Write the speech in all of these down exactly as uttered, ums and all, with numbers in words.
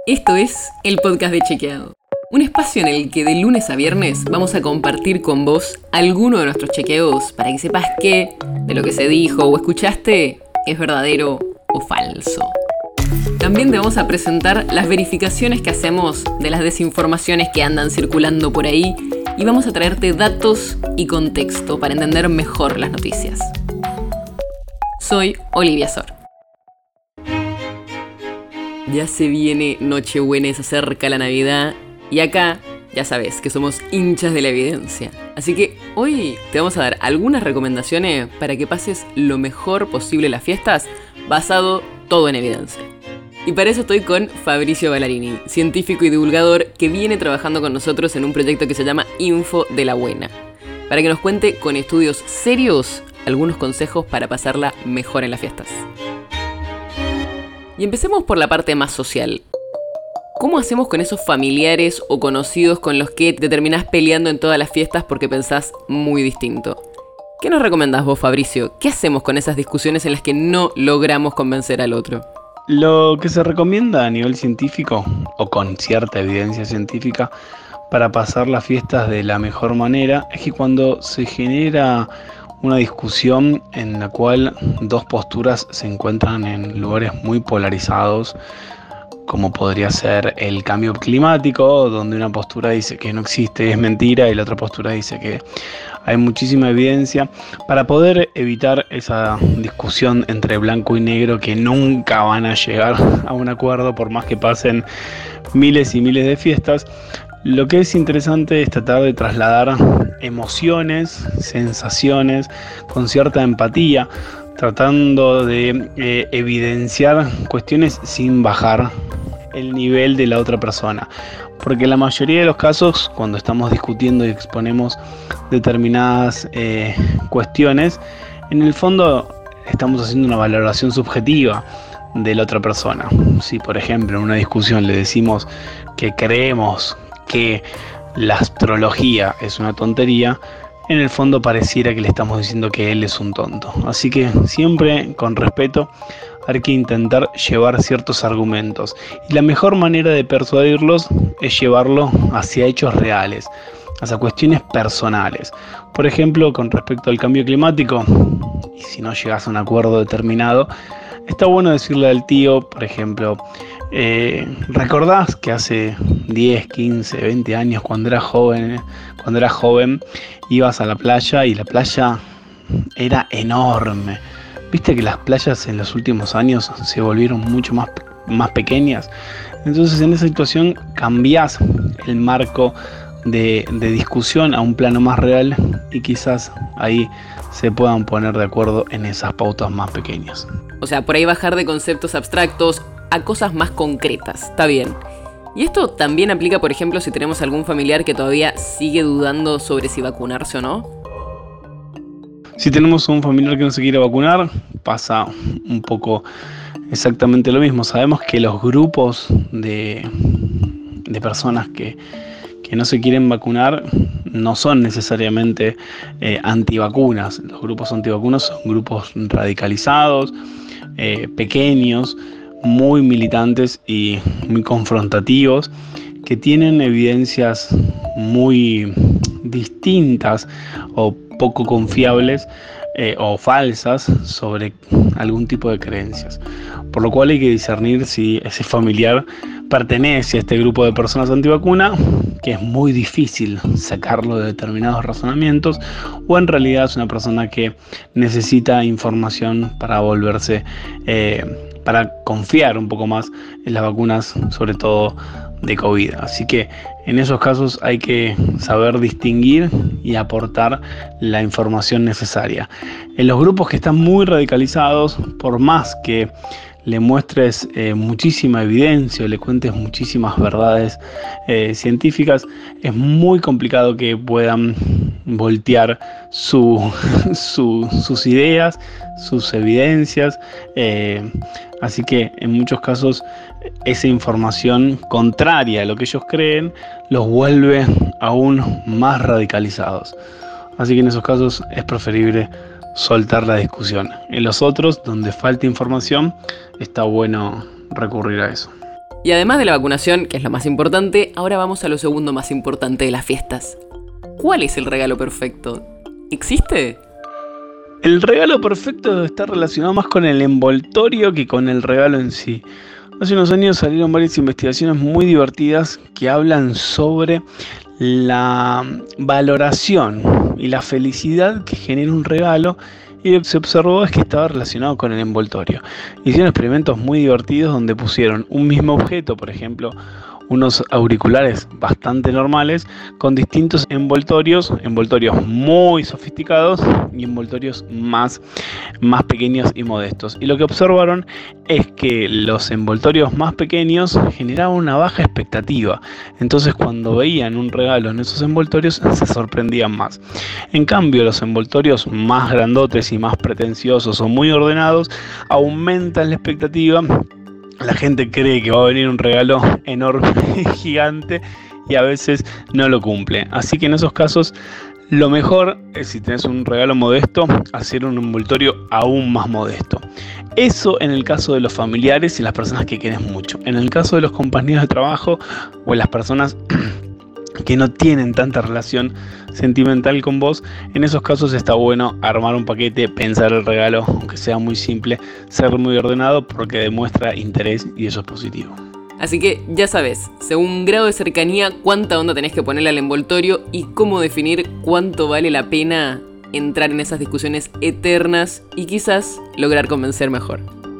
Esto es el podcast de Chequeado, un espacio en el que de lunes a viernes vamos a compartir con vos alguno de nuestros chequeos para que sepas qué de lo que se dijo o escuchaste es verdadero o falso. También te vamos a presentar las verificaciones que hacemos de las desinformaciones que andan circulando por ahí y vamos a traerte datos y contexto para entender mejor las noticias. Soy Olivia Sor. Ya se viene Nochebuena, se acerca la Navidad y acá ya sabes que somos hinchas de la evidencia. Así que hoy te vamos a dar algunas recomendaciones para que pases lo mejor posible las fiestas, basado todo en evidencia. Y para eso estoy con Fabricio Ballarini, científico y divulgador que viene trabajando con nosotros en un proyecto que se llama Info de la Buena, para que nos cuente con estudios serios algunos consejos para pasarla mejor en las fiestas. Y empecemos por la parte más social. ¿Cómo hacemos con esos familiares o conocidos con los que te terminás peleando en todas las fiestas porque pensás muy distinto? ¿Qué nos recomendás vos, Fabricio? ¿Qué hacemos con esas discusiones en las que no logramos convencer al otro? Lo que se recomienda a nivel científico, o con cierta evidencia científica, para pasar las fiestas de la mejor manera, es que cuando se genera una discusión en la cual dos posturas se encuentran en lugares muy polarizados, como podría ser el cambio climático, donde una postura dice que no existe, es mentira, y la otra postura dice que hay muchísima evidencia, para poder evitar esa discusión entre blanco y negro que nunca van a llegar a un acuerdo por más que pasen miles y miles de fiestas. Lo que es interesante es tratar de trasladar emociones, sensaciones con cierta empatía, tratando de eh, evidenciar cuestiones sin bajar el nivel de la otra persona. Porque en la mayoría de los casos, cuando estamos discutiendo y exponemos determinadas eh, cuestiones, en el fondo estamos haciendo una valoración subjetiva de la otra persona. Si, por ejemplo, en una discusión le decimos que creemos que la astrología es una tontería, en el fondo pareciera que le estamos diciendo que él es un tonto. Así que siempre con respeto hay que intentar llevar ciertos argumentos. Y la mejor manera de persuadirlos es llevarlo hacia hechos reales, hacia cuestiones personales. Por ejemplo, con respecto al cambio climático, y si no llegas a un acuerdo determinado, está bueno decirle al tío, por ejemplo, eh, ¿recordás que hace diez, quince, veinte años cuando eras joven, cuando eras joven, ibas a la playa y la playa era enorme? ¿Viste que las playas en los últimos años se volvieron mucho más, más pequeñas? Entonces en esa situación cambiás el marco de, de discusión a un plano más real y quizás ahí se puedan poner de acuerdo en esas pautas más pequeñas. O sea, por ahí bajar de conceptos abstractos a cosas más concretas, está bien. Y esto también aplica, por ejemplo, si tenemos algún familiar que todavía sigue dudando sobre si vacunarse o no. Si tenemos un familiar que no se quiere vacunar, pasa un poco exactamente lo mismo. Sabemos que los grupos de, de personas que, que no se quieren vacunar no son necesariamente eh, antivacunas. Los grupos antivacunas son grupos radicalizados, eh, pequeños, muy militantes y muy confrontativos, que tienen evidencias muy distintas o poco confiables eh, o falsas sobre algún tipo de creencias. Por lo cual hay que discernir si ese familiar pertenece a este grupo de personas antivacuna, que es muy difícil sacarlo de determinados razonamientos, o en realidad es una persona que necesita información para volverse, eh, para confiar un poco más en las vacunas, sobre todo de COVID. Así que en esos casos hay que saber distinguir y aportar la información necesaria. En los grupos que están muy radicalizados, por más que le muestres eh, muchísima evidencia o le cuentes muchísimas verdades eh, científicas, es muy complicado que puedan voltear su, su, sus ideas, sus evidencias. Eh, así que en muchos casos esa información contraria a lo que ellos creen los vuelve aún más radicalizados. Así que en esos casos es preferible soltar la discusión. En los otros, donde falta información, está bueno recurrir a eso. Y además de la vacunación, que es lo más importante, ahora vamos a lo segundo más importante de las fiestas. ¿Cuál es el regalo perfecto? ¿Existe? El regalo perfecto está relacionado más con el envoltorio que con el regalo en sí. Hace unos años salieron varias investigaciones muy divertidas que hablan sobre la valoración y la felicidad que genera un regalo, y lo que se observó es que estaba relacionado con el envoltorio. Hicieron experimentos muy divertidos donde pusieron un mismo objeto, por ejemplo, unos auriculares bastante normales con distintos envoltorios, envoltorios muy sofisticados y envoltorios más, más pequeños y modestos. Y lo que observaron es que los envoltorios más pequeños generaban una baja expectativa. Entonces, cuando veían un regalo en esos envoltorios, se sorprendían más. En cambio, los envoltorios más grandotes y más pretenciosos o muy ordenados aumentan la expectativa. La gente cree que va a venir un regalo enorme y gigante y a veces no lo cumple. Así que en esos casos lo mejor es, si tenés un regalo modesto, hacer un envoltorio aún más modesto. Eso en el caso de los familiares y las personas que querés mucho. En el caso de los compañeros de trabajo o de las personas que no tienen tanta relación sentimental con vos, en esos casos está bueno armar un paquete, pensar el regalo, aunque sea muy simple, ser muy ordenado porque demuestra interés y eso es positivo. Así que ya sabes, según grado de cercanía, cuánta onda tenés que ponerle al envoltorio y cómo definir cuánto vale la pena entrar en esas discusiones eternas y quizás lograr convencer mejor.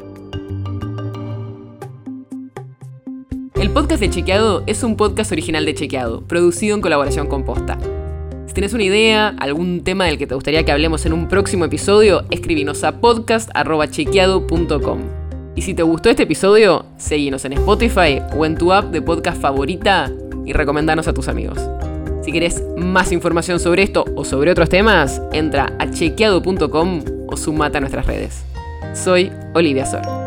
El podcast de Chequeado es un podcast original de Chequeado, producido en colaboración con Posta. Si tenés una idea, algún tema del que te gustaría que hablemos en un próximo episodio, escribinos a podcast arroba chequeado punto com. Y si te gustó este episodio, seguinos en Spotify o en tu app de podcast favorita y recomendanos a tus amigos. Si querés más información sobre esto o sobre otros temas, entra a chequeado punto com o sumate a nuestras redes. Soy Olivia Sor.